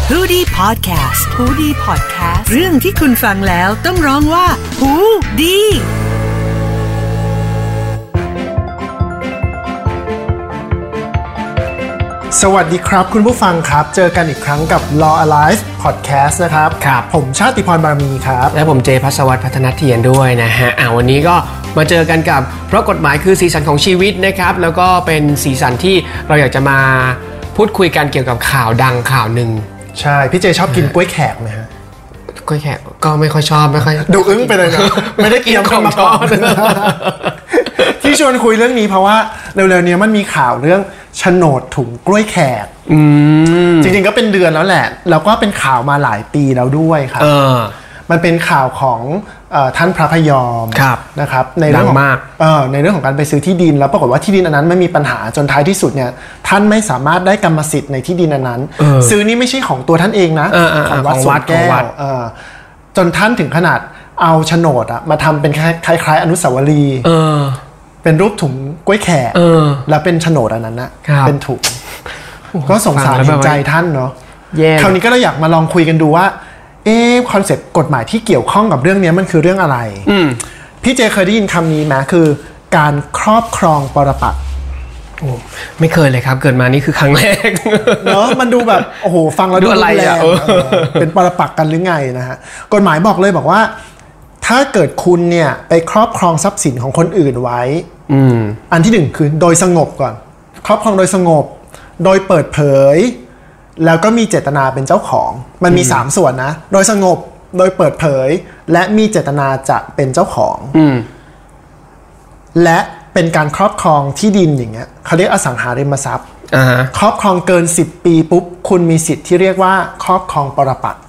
ฮูดี้พอดแคสต์ฮูดี้พอดแคสต์เรื่องที่คุณฟังแล้วต้องร้องว่าฮูดีสวัสดีครับคุณผู้ฟังครับเจอกันอีกครั้งกับ Law Alive Podcast นะครับผมชาติพรบารมีครับและผมเจภัสวัฒน์พัฒนเทียนด้วยนะฮะวันนี้ก็มาเจอกันกับเพราะกฎหมายคือสีสันของชีวิตนะครับแล้วก็เป็นสีสันที่เราอยากจะมาพูดคุยกันเกี่ยวกับข่าวดังข่าวหนึ่งใช่พี่เจชอบกินกล้วยแขกไหมฮะกล้วยแขกก็ไม่ค่อยชอบไม่ค่อยดูอึ้งไปเลยนะไม่ได้กินของชอบที่ชวนคุยเรื่องนี้เพราะว่าเร็วๆนี้มันมีข่าวเรื่องโฉนดถุงกล้วยแขกจริงๆก็เป็นเดือนแล้วแหละแล้วก็เป็นข่าวมาหลายปีแล้วด้วยครับมันเป็นข่าวของท่านพระพยอมนะครับในเรื่องของการไปซื้อที่ดินแล้วปรากฏว่าที่ดินอันนั้นไม่มีปัญหาจนท้ายที่สุดเนี่ยท่านไม่สามารถได้กรรมสิทธิ์ในที่ดินอันนั้นซื้อนี่ไม่ใช่ของตัวท่านเองนะของวัดสวนแก้วจนท่านถึงขนาดเอาโฉนดมาทำเป็นคล้ายๆอนุสาวรีย์เป็นรูปถุงกล้วยแขกแล้วเป็นโฉนดอันนั้นนะเป็นถุงก็สงสารเห็นใจท่านเนาะคราวนี้ก็เลยอยากมาลองคุยกันดูว่าคอนเซ็ปต์กฎหมายที่เกี่ยวข้องกับเรื่องนี้มันคือเรื่องอะไรพี่เจเคยได้ยินคำนี้ไหมคือการครอบครองปรปักษ์ไม่เคยเลยครับเกิดมานี่คือครั้งแรกเนาะมันดูแบบโอ้โหฟังแล้วดูอะไรอ่ะเป็นปรปักษ์กันหรือไงนะฮะกฎหมายบอกเลยบอกว่าถ้าเกิดคุณเนี่ยไปครอบครองทรัพย์สินของคนอื่นไว้อันที่หนึ่งคือโดยสงบก่อนครอบครองโดยสงบโดยเปิดเผยแล้วก็มีเจตนาเป็นเจ้าของมันมี3ส่วนนะโดยสงบโดยเปิดเผยและมีเจตนาจะเป็นเจ้าของและเป็นการครอบครองที่ดินอย่างเงี้ยเขาเรียกอสังหาริมทรัพย์ครอบครองเกิน10 ปีปุ๊บคุณมีสิทธิ์ที่เรียกว่าครอบครองปรปักษ์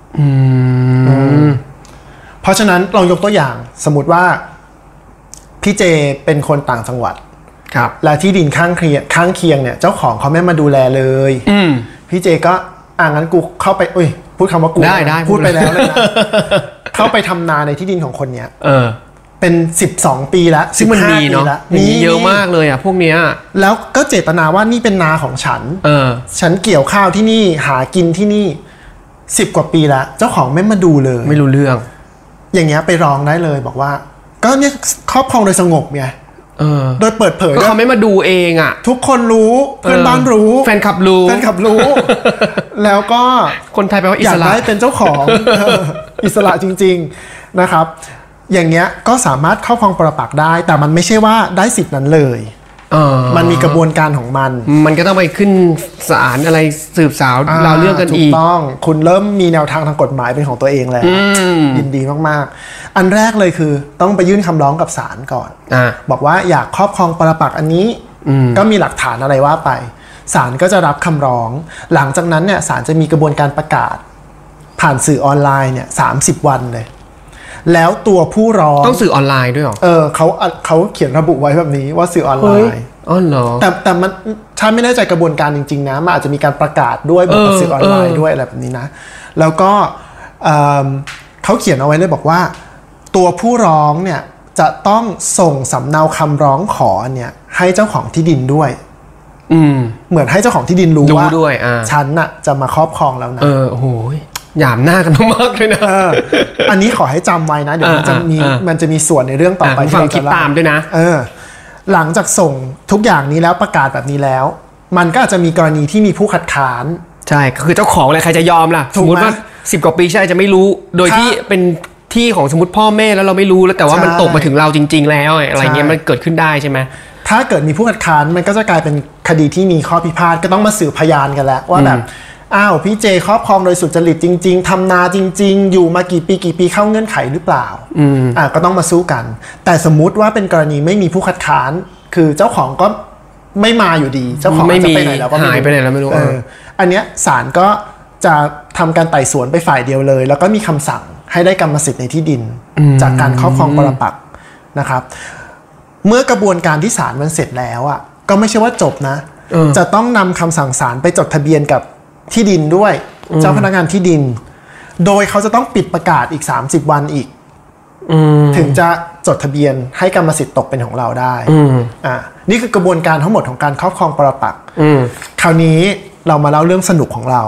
เพราะฉะนั้นลองยกตัวอย่างสมมติว่าพี่เจเป็นคนต่างจังหวัดและที่ดินข้างเคียงเนี่ยเจ้าของเขาไม่มาดูแลเลยพี่เจก็งั้นกูเข้าไปพูดคำว่ากูได้พูดไปแล้วเลยนะเข้าไปทำนาในที่ดินของคนเนี้ยเป็น12 ปีแล้วซึ่งมันมีเนาะมีเยอะมากเลยอ่ะพวกเนี้ยแล้วก็เจตนาว่านี่เป็นนาของฉันฉันเกี่ยวข้าวที่นี่หากินที่นี่10 กว่าปีแล้วเจ้าของไม่มาดูเลยไม่รู้เรื่องอย่างเงี้ยไปร้องได้เลยบอกว่าก็เนี่ยครอบครองโดยสงบไงโดยเปิดเผยก็เขาไม่มาดูเองอ่ะทุกคนรู้เพื่อนบ้านรู้แฟนคลับรู้แล้วก็คนไทยแปลว่าอิสระอยากได้เป็นเจ้าของอิสระจริงๆนะครับอย่างเงี้ยก็สามารถครอบครองปรปักษ์ได้แต่มันไม่ใช่ว่าได้สิทธินั้นเลยมันมีกระบวนการของมันก็ต้องไปขึ้นศาลอะไรสืบสาวราวเรื่องกันอีกถูกต้องคุณเริ่มมีแนวทางทางกฎหมายเป็นของตัวเองแล้วยินดีมากๆอันแรกเลยคือต้องไปยื่นคำร้องกับศาลก่อนบอกว่าอยากครอบครองปรปักษ์อันนี้ก็มีหลักฐานอะไรว่าไปศาลก็จะรับคำร้องหลังจากนั้นเนี่ยศาลจะมีกระบวนการประกาศผ่านสื่อออนไลน์เนี่ย30 วันเลยแล้วตัวผู้ร้องต้องสื่อออนไลน์ด้วยหรอเขาเขียนระบุไว้แบบนี้ว่าสื่อออนไลน์เหรอแต่มันฉันไม่แน่ใจกระบวนการจริงๆนะมันอาจจะมีการประกาศด้วยบนสื่อออนไลน์ด้วยอะไรแบบนี้นะแล้วก็เขาเขียนเอาไว้เลยบอกว่าตัวผู้ร้องเนี่ยจะต้องส่งสำเนาคำร้องขอเนี่ยให้เจ้าของที่ดินด้วยเหมือนให้เจ้าของที่ดินรู้ว่าฉันน่ะจะมาครอบครองแล้วนะโอ้โหหยามหน้ากันมากเลยนะอันนี้ขอให้จำไว้นะเดี๋ยวมันจะมีส่วนในเรื่องต่อไปที่เราจะตามด้วยนะหลังจากส่งทุกอย่างนี้แล้วประกาศแบบนี้แล้วมันก็อาจจะมีกรณีที่มีผู้คัดค้านใช่คือเจ้าของอะไรใครจะยอมล่ะสมมติว่า10 กว่าปีใช่จะไม่รู้โดยที่เป็นที่ของสมมติพ่อแม่แล้วเราไม่รู้แล้วแต่ว่ามันตกมาถึงเราจริงๆแล้วอะไรเงี้ยมันเกิดขึ้นได้ใช่ไหมถ้าเกิดมีผู้คัดค้านมันก็จะกลายเป็นคดีที่มีข้อพิพาทก็ต้องมาสืบพยานกันแล้วว่าแบบพี่เจครอบครองโดยสุจริตจริงๆทำนาจริงๆอยู่มากี่ปีเข้าเงื่อนไขหรือเปล่าก็ต้องมาสู้กันแต่สมมุติว่าเป็นกรณีไม่มีผู้คัดค้านคือเจ้าของก็ไม่มาอยู่ดีเจ้าของจะไปไหนแล้วก็หายไปไหนแล้วไม่รู้อันเนี้ยศาลก็จะทำการไต่สวนไปฝ่ายเดียวเลยแล้วก็มีคำสั่งให้ได้กรรมสิทธิ์ในที่ดินจากการครอบครองปรปักษ์นะครับเมื่อกระบวนการที่ศาลมันเสร็จแล้วก็ไม่ใช่ว่าจบนะจะต้องนำคำสั่งศาลไปจดทะเบียนกับที่ดินด้วยเจ้าพนักงานที่ดินโดยเขาจะต้องปิดประกาศอีก30 วันอีกถึงจะจดทะเบียนให้กรรมสิทธิ์ตกเป็นของเราได้นี่คือกระบวนการทั้งหมดของการครอบครองปรปักษ์คราวนี้เรามาเล่าเรื่องสนุกของเรา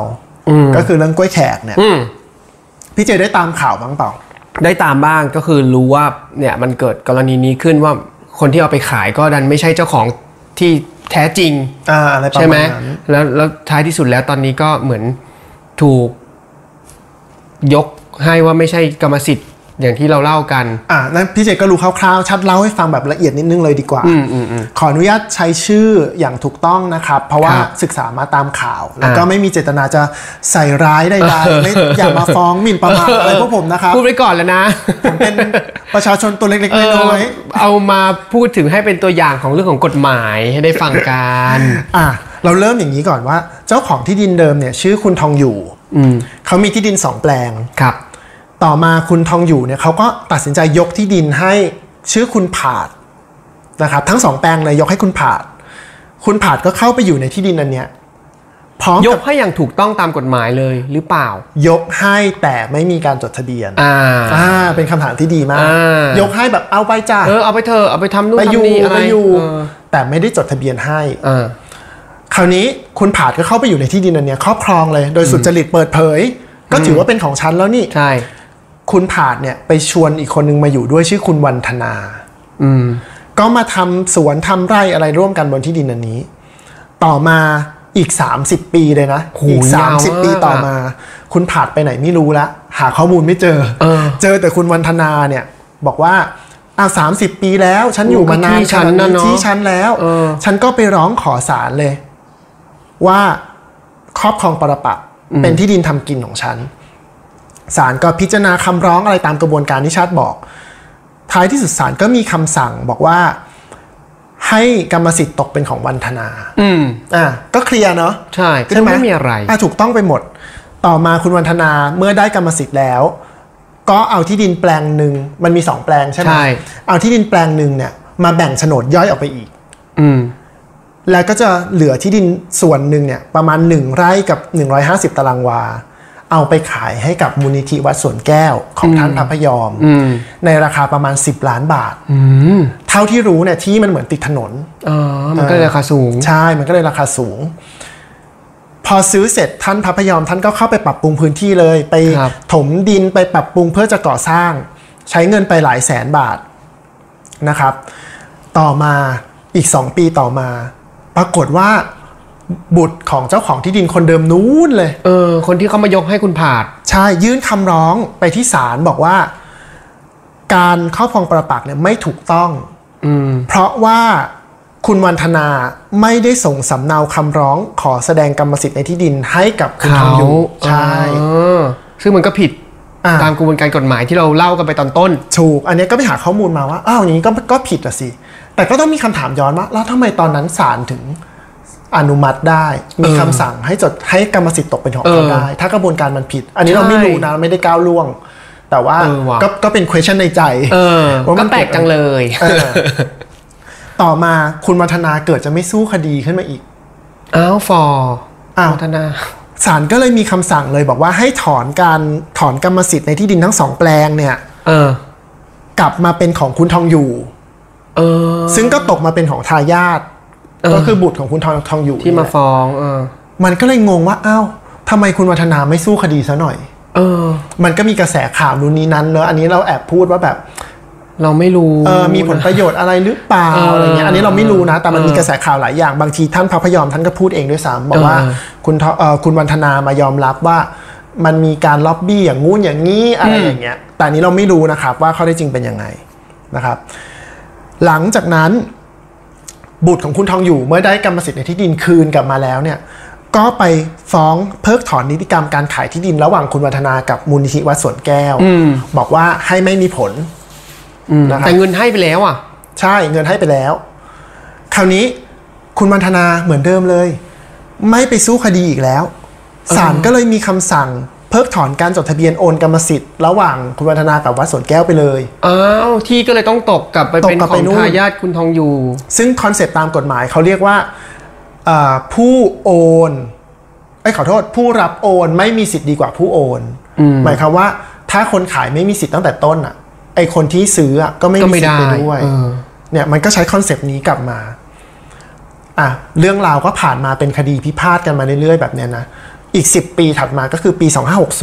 ก็คือเรื่องกล้วยแขกเนี่ยพี่เจได้ตามข่าวบ้างเปล่าได้ตามบ้างก็คือรู้ว่าเนี่ยมันเกิดกรณีนี้ขึ้นว่าคนที่เอาไปขายก็ดันไม่ใช่เจ้าของที่แท้จริงอะไรประมาณนั้นใช่ไหมแล้วท้ายที่สุดแล้วตอนนี้ก็เหมือนถูกยกให้ว่าไม่ใช่กรรมสิทธิ์อย่างที่เราเล่ากันนั่นพี่เจก็รู้คร่าวๆชัดเล่าให้ฟังแบบละเอียดนิดนึงเลยดีกว่าขออนุญาตใช้ชื่ออย่างถูกต้องนะครับเพราะว่าศึกษามาตามข่าวแล้วก็ไม่มีเจตนาจะใส่ร้ายใดๆไม่อย่ามาฟ้องหมิ่นประมาทอะไรพวกผมนะครับพูดไว้ก่อนแล้วนะผมเป็นประชาชนตัวเล็กๆน้อยๆเอามาพูดถึงให้เป็นตัวอย่างของเรื่องของกฎหมายให้ได้ฟังกันเราเริ่มอย่างนี้ก่อนว่าเจ้าของที่ดินเดิมเนี่ยชื่อคุณทองอยู่เขามีที่ดิน2แปลงครับต่อมาคุณทองอยู่เนี่ยเขาก็ตัดสินใจยกที่ดินให้ชื่อคุณผาดนะครับทั้ง2แปลงเลยยกให้คุณผาดคุณผาดก็เข้าไปอยู่ในที่ดินอันเนี้ยพร้อมยกให้อย่างถูกต้องตามกฎหมายเลยหรือเปล่ายกให้แต่ไม่มีการจดทะเบียนเป็นคำถามที่ดีมากยกให้แบบเอาไปจ้าเอาไปเถอะเอาไปทำนู่นทำนี่อะไรแต่ไม่ได้จดทะเบียนให้คราวนี้คุณผาดก็เข้าไปอยู่ในที่ดินอันเนี้ยครอบครองเลยโดยสุจริตเปิดเผยก็ถือว่าเป็นของฉันแล้วนี่ใช่คุณผาดเนี่ยไปชวนอีกคนนึงมาอยู่ด้วยชื่อคุณวันธนาก็มาทำสวนทำไร่อะไรร่วมกันบนที่ดินอันนี้ต่อมาอีก30 ปีเลยนะอีก30 ปีต่อมาคุณผาดไปไหนไม่รู้ละหาข้อมูลไม่เจอแต่คุณวันธนาเนี่ยบอกว่า30 ปีแล้วฉันอยู่มานานฉันที่ฉันแล้วฉันก็ไปร้องขอศาลเลยว่าครอบครองปรปักษ์เป็นที่ดินทำกินของฉันศาลก็พิจารณาคำร้องอะไรตามกระบวนการที่ชาติบอกท้ายที่สุดศาลก็มีคำสั่งบอกว่าให้กรรมสิทธิ์ตกเป็นของวันธนาก็เคลียร์เนาะใช่ก็ไม่มีอะไรถูกต้องไปหมดต่อมาคุณวันธนาเมื่อได้กรรมสิทธิ์แล้วก็เอาที่ดินแปลงหนึ่งมันมี2แปลงใช่ไหมเอาที่ดินแปลงหนึ่งเนี่ยมาแบ่งโฉนดย่อยออกไปอีกแล้วก็จะเหลือที่ดินส่วนหนึ่งเนี่ยประมาณ1 ไร่กับ150 ตารางวาเอาไปขายให้กับมูลนิธิวัดสวนแก้วของท่านพระพยอมในราคาประมาณ10 ล้านบาทเท่าที่รู้เนี่ยที่มันเหมือนติดถนนมันก็เลยราคาสูงใช่มันก็เลยราคาสูงพอซื้อเสร็จท่านพระพยอมท่านก็เข้าไปปรับปรุงพื้นที่เลยไปถมดินไปปรับปรุงเพื่อจะก่อสร้างใช้เงินไปหลายแสนบาทนะครับต่อมาอีก2 ปีต่อมาปรากฏว่าบุตรของเจ้าของที่ดินคนเดิมนู้นเลยคนที่เขามายกให้คุณผาดใช่ยื่นคำร้องไปที่ศาลบอกว่าการครอบครองปรปักษ์เนี่ยไม่ถูกต้องเพราะว่าคุณวันธนาไม่ได้ส่งสำเนาคำร้องขอแสดงกรรมสิทธิ์ในที่ดินให้กับคุณทองอยู่ใช่ซึ่งมันก็ผิดตามกระบวนการกฎหมายที่เราเล่ากันไปตอนต้นถูกอันนี้ก็ไปหาข้อมูลมาว่าอย่างนี้ก็ผิดอ่ะสิแต่ก็ต้องมีคำถามย้อนว่าแล้วทำไมตอนนั้นศาลถึงอนุมัติได้มีคำสั่งให้จดให้กรรมสิทธิ์ตกเป็นของเขาได้ถ้ากระบวนการมันผิดอันนี้เราไม่รู้นะไม่ได้ก้าวล่วงแต่ว่าก็เป็น question ในใจว่ามันแปลกจังเลยต่อมาคุณวัฒนาเกิดจะไม่สู้คดีขึ้นมาอีกวัฒนาศาลก็เลยมีคำสั่งเลยบอกว่าให้ถอนกรรมสิทธิ์ในที่ดินทั้ง2แปลงเนี่ยกลับมาเป็นของคุณทองอยู่ซึ่งก็ตกมาเป็นของทายาทก็คือบุตรของคุณทองอยู่ที่มาฟ้องมันก็เลยงงว่าทำไมคุณวัฒนาไม่สู้คดีซะหน่อยมันก็มีกระแสข่าวนู้นนี้นั้นเนอะอันนี้เราแอบพูดว่าแบบเราไม่รู้มีผลประโยชน์อะไรหรือเปล่าอะไรเงี้ยอันนี้เราไม่รู้นะแต่มันมีกระแสข่าวหลายอย่างบางทีท่านพระพยอมท่านก็พูดเองด้วยซ้ำบอกว่าคุณวันธนามายอมรับว่ามันมีการล็อบบี้อย่างงู้นอย่างนี้อะไรอย่างเงี้ยแต่นี้เราไม่รู้นะครับว่าข้อเท็จจริงเป็นยังไงนะครับหลังจากนั้นบุตรของคุณทองอยู่เมื่อได้กรรมสิทธิ์ในที่ดินคืนกลับมาแล้วเนี่ยก็ไปฟ้องเพิกถอนนิติกรรมการขายที่ดินระหว่างคุณวัฒนากับมูลนิธิวัดสวนแก้วบอกว่าให้ไม่มีผลแต่เงินให้ไปแล้วใช่เงินให้ไปแล้วคราวนี้คุณวัฒนาเหมือนเดิมเลยไม่ไปสู้คดีอีกแล้วศาลก็เลยมีคำสั่งเพิกถอนการจดทะเบียนโอนกรรมสิทธิ์ระหว่างคุณวัฒนากับวัดสวนแก้วไปเลยที่ก็เลยต้องตกกลับไปเป็นของทายาทคุณทองอยู่ซึ่งคอนเซ็ปต์ตามกฎหมายเขาเรียกว่าผู้โอนขอโทษผู้รับโอนไม่มีสิทธิ์ดีกว่าผู้โอนหมายความว่าถ้าคนขายไม่มีสิทธิ์ตั้งแต่ต้นไอ้คนที่ซื้อก็ไม่มีสิทธิ์ไปด้วยเนี่ยมันก็ใช้คอนเซปต์นี้กลับมาเรื่องราวก็ผ่านมาเป็นคดีพิพาทกันมาเรื่อยๆแบบเนี้ยนะอีก10ปีถัดมาก็คือปี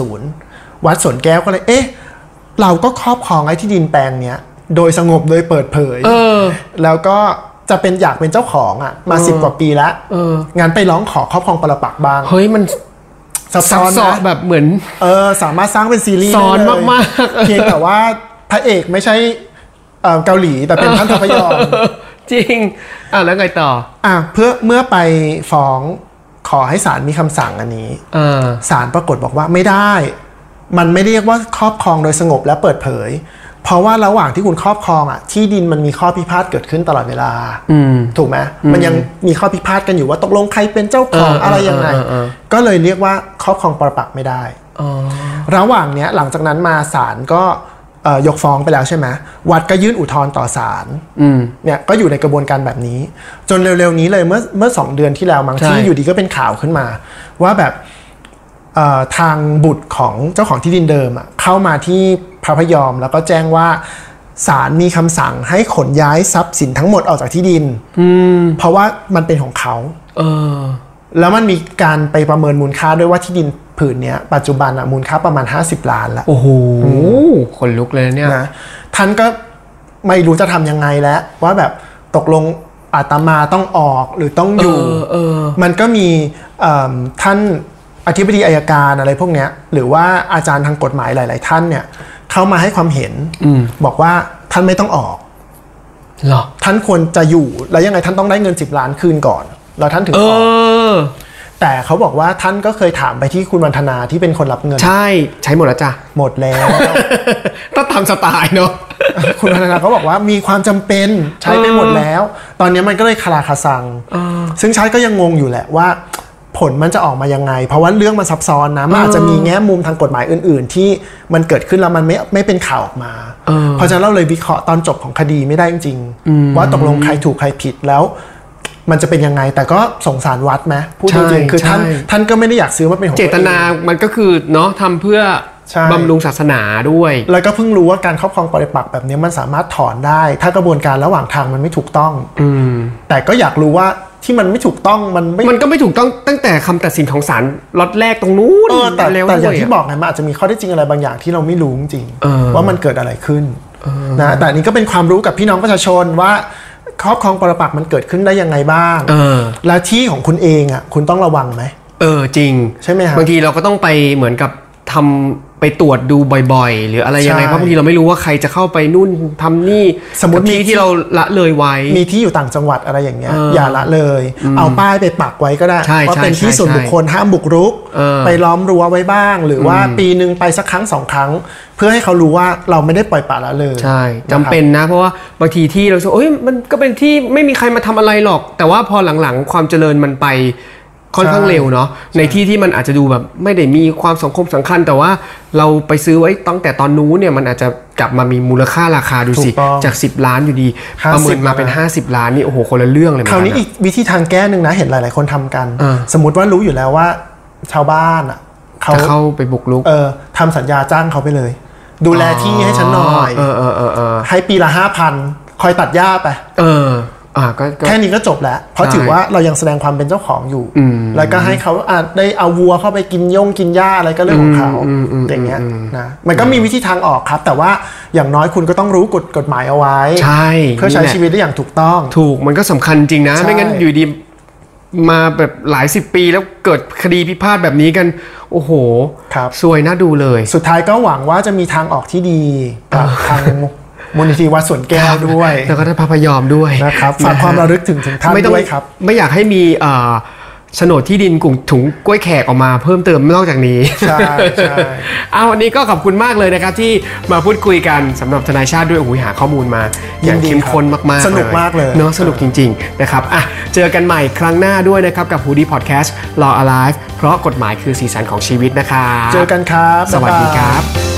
2560วัดสวนแก้วก็เลยเราก็ครอบครองไอ้ที่ดินแปลงเนี้ยโดยสงบโดยเปิดเผยแล้วก็จะเป็นอยากเป็นเจ้าของอ่ะมา10 กว่าปีแล้วงั้นไปร้องขอครอบครองปรปักษ์บ้างเฮ้ยมันซับซ้อนนะแบบเหมือนสามารถสร้างเป็นซีรีส์ซ้อนมากๆเพียงแต่ว่าพระเอกไม่ใช่เกาหลีแต่เป็นท่านทพยอมจริงแล้วไงต่อเพื่อเมื่อไปฟ้องขอให้ศาลมีคำสั่งอันนี้ศาลปรากฏบอกว่าไม่ได้มันไม่เรียกว่าครอบครองโดยสงบและเปิดเผยเพราะว่าระหว่างที่คุณครอบครองที่ดินมันมีข้อพิพาทเกิดขึ้นตลอดเวลาถูกไหมมันยังมีข้อพิพาทกันอยู่ว่าตกลงใครเป็นเจ้าของอะไรยังไงก็เลยเรียกว่าครอบครองปรปักษ์ไม่ได้ระหว่างเนี้ยหลังจากนั้นมาศาลก็ยกฟ้องไปแล้วใช่ไหมวัดก็ยื่นอุทธรณ์ต่อศาลเนี่ยก็อยู่ในกระบวนการแบบนี้จนเร็วๆนี้เลยเมื่อ2 เดือนที่แล้วมั้งที่อยู่ดีก็เป็นข่าวขึ้นมาว่าแบบทางบุตรของเจ้าของที่ดินเดิมเข้ามาที่พระพยอมแล้วก็แจ้งว่าศาลมีคำสั่งให้ขนย้ายทรัพย์สินทั้งหมดออกจากที่ดินเพราะว่ามันเป็นของเขาแล้วมันมีการไปประเมินมูลค่าด้วยว่าที่ดินผืนนี้ปัจจุบันมูลค่าประมาณ50 ล้านแล้วโอ้โหขนลุกเลยเนี่ยนะท่านก็ไม่รู้จะทำยังไงแล้วว่าแบบตกลงอาตมาต้องออกหรือต้องอยู่มันก็มีท่านอธิบดีอัยการอะไรพวกเนี้ยหรือว่าอาจารย์ทางกฎหมายหลายๆท่านเนี่ยเข้ามาให้ความเห็นบอกว่าท่านไม่ต้องออกหรอท่านควรจะอยู่แล้วยังไงท่านต้องได้เงิน10 ล้านคืนก่อนแล้วท่านถึงออกแต่เขาบอกว่าท่านก็เคยถามไปที่คุณวรรณนาที่เป็นคนรับเงินใช้หมดแล้วจ้ะหมดแล้วต้องตามสไตล์เนาะคุณวรรณนาเขาบอกว่ามีความจำเป็นใช้ไปหมดแล้วตอนนี้มันก็เลยคลาคาซังซึ่งใช้ก็ยังงงอยู่แหละว่าผลมันจะออกมายังไงเพราะว่าเรื่องมันซับซ้อนนะมันอาจจะมีแง่มุมทางกฎหมายอื่นๆที่มันเกิดขึ้นแล้วมันไม่เป็นข่าวออกมาเพราะฉะนั้นเราเลยวิเคราะห์ตอนจบของคดีไม่ได้จริงๆว่าตกลงใครถูกใครผิดแล้วมันจะเป็นยังไงแต่ก็สงสารวัดไหมพูดจริงๆคือท่านก็ไม่ได้อยากซื้อมาเป็นของเจตนามันก็คือเนาะทำเพื่อบำรุงศาสนาด้วยแล้วก็เพิ่งรู้ว่าการครอบครองปรปักษ์แบบนี้มันสามารถถอนได้ถ้ากระบวนการระหว่างทางมันไม่ถูกต้องแต่ก็อยากรู้ว่าที่มันไม่ถูกต้องมันก็ไม่ถูกต้องตั้งแต่คำตัดสินของศาลล็อตแรกตรงนู้นแต่อย่างที่บอกไงมันอาจจะมีข้อเท็จจริงอะไรบางอย่างที่เราไม่รู้จริงว่ามันเกิดอะไรขึ้นนะแต่นี้ก็เป็นความรู้กับพี่น้องประชาชนว่าครอบครองปรปักษ์มันเกิดขึ้นได้ยังไงบ้างและที่ของคุณเองคุณต้องระวังไหมจริงใช่ไหมฮะบางทีเราก็ต้องไปเหมือนกับทำไปตรวจดูบ่อยๆหรืออะไรยังไงเพราะบางทีเราไม่รู้ว่าใครจะเข้าไปนู่นทำนี่สมมติมีที่เราละเลยไว้มีที่อยู่ต่างจังหวัดอะไรอย่างเงี้ยอย่าละเลยเอาป้ายไปปักไว้ก็ได้ว่าเป็นที่ส่วนบุคคลห้ามบุกรุกไปล้อมรั้วไว้บ้างหรือว่าปีนึงไปสักครั้ง2 ครั้งเพื่อให้เขารู้ว่าเราไม่ได้ปล่อยปละละเลยใช่จำเป็นนะเพราะว่าบางทีที่เราโอ้ยมันก็เป็นที่ไม่มีใครมาทำอะไรหรอกแต่ว่าพอหลังๆความเจริญมันไปค่อนข้างเร็วเนาะในที่ที่มันอาจจะดูแบบไม่ได้มีความสำคัญแต่ว่าเราไปซื้อไว้ตั้งแต่ตอนนู้นเนี่ยมันอาจจะกลับมามีมูลค่าราคาดูสิจาก10 ล้านอยู่ดีประเมินมาเป็น50 ล้านนี่โอ้โหคนละเรื่องเลยคราวนี้อีกวิธีทางแก้นึงนะเห็นหลายๆคนทำกันสมมติว่ารู้อยู่แล้วว่าชาวบ้านเขาเข้าไปบุกรุกทำสัญญาจ้างเขาไปเลยดูแลที่ให้ฉันหน่อยให้ปีละ 5,000 คอยตัดหญ้าไปแค่นี้ก็จบแล้วเพราะถือว่าเรายังแสดงความเป็นเจ้าของอยู่แล้วก็ให้เขาได้เอาวัวเข้าไปกินหญ้าอะไรก็เรื่องของเขาอย่างเงี้ยนะมันก็มีวิธีทางออกครับแต่ว่าอย่างน้อยคุณก็ต้องรู้กฎหมายเอาไว้เพื่อใช้ชีวิตได้อย่างถูกต้องถูกมันก็สำคัญจริงนะไม่งั้นอยู่ดีมาแบบหลาย10 ปีแล้วเกิดคดีพิพาทแบบนี้กันโอ้โหซวยน่าดูเลยสุดท้ายก็หวังว่าจะมีทางออกที่ดีกับทางมูลนิธิวัดสวนแก้วด้วยแล้วก็ท่านพระพยอมด้วยนะครับฝากความระลึกถึงท่านด้วยครับไม่อยากให้มีโฉนดที่ดินกลุ่มถุงกล้วยแขกออกมาเพิ่มเติมนอกจากนี้ใช่ใช่วันนี้ก็ขอบคุณมากเลยนะครับที่มาพูดคุยกันสำหรับทนายชาติด้วยหาข้อมูลมาอย่างเข้มข้นมากๆสนุกมากเลยเนาะสนุกจริงๆนะครับเจอกันใหม่ครั้งหน้าด้วยนะครับกับ Hoodie Podcast Law Alive เพราะกฎหมายคือสีสันของชีวิตนะครับเจอกันครับสวัสดีครับ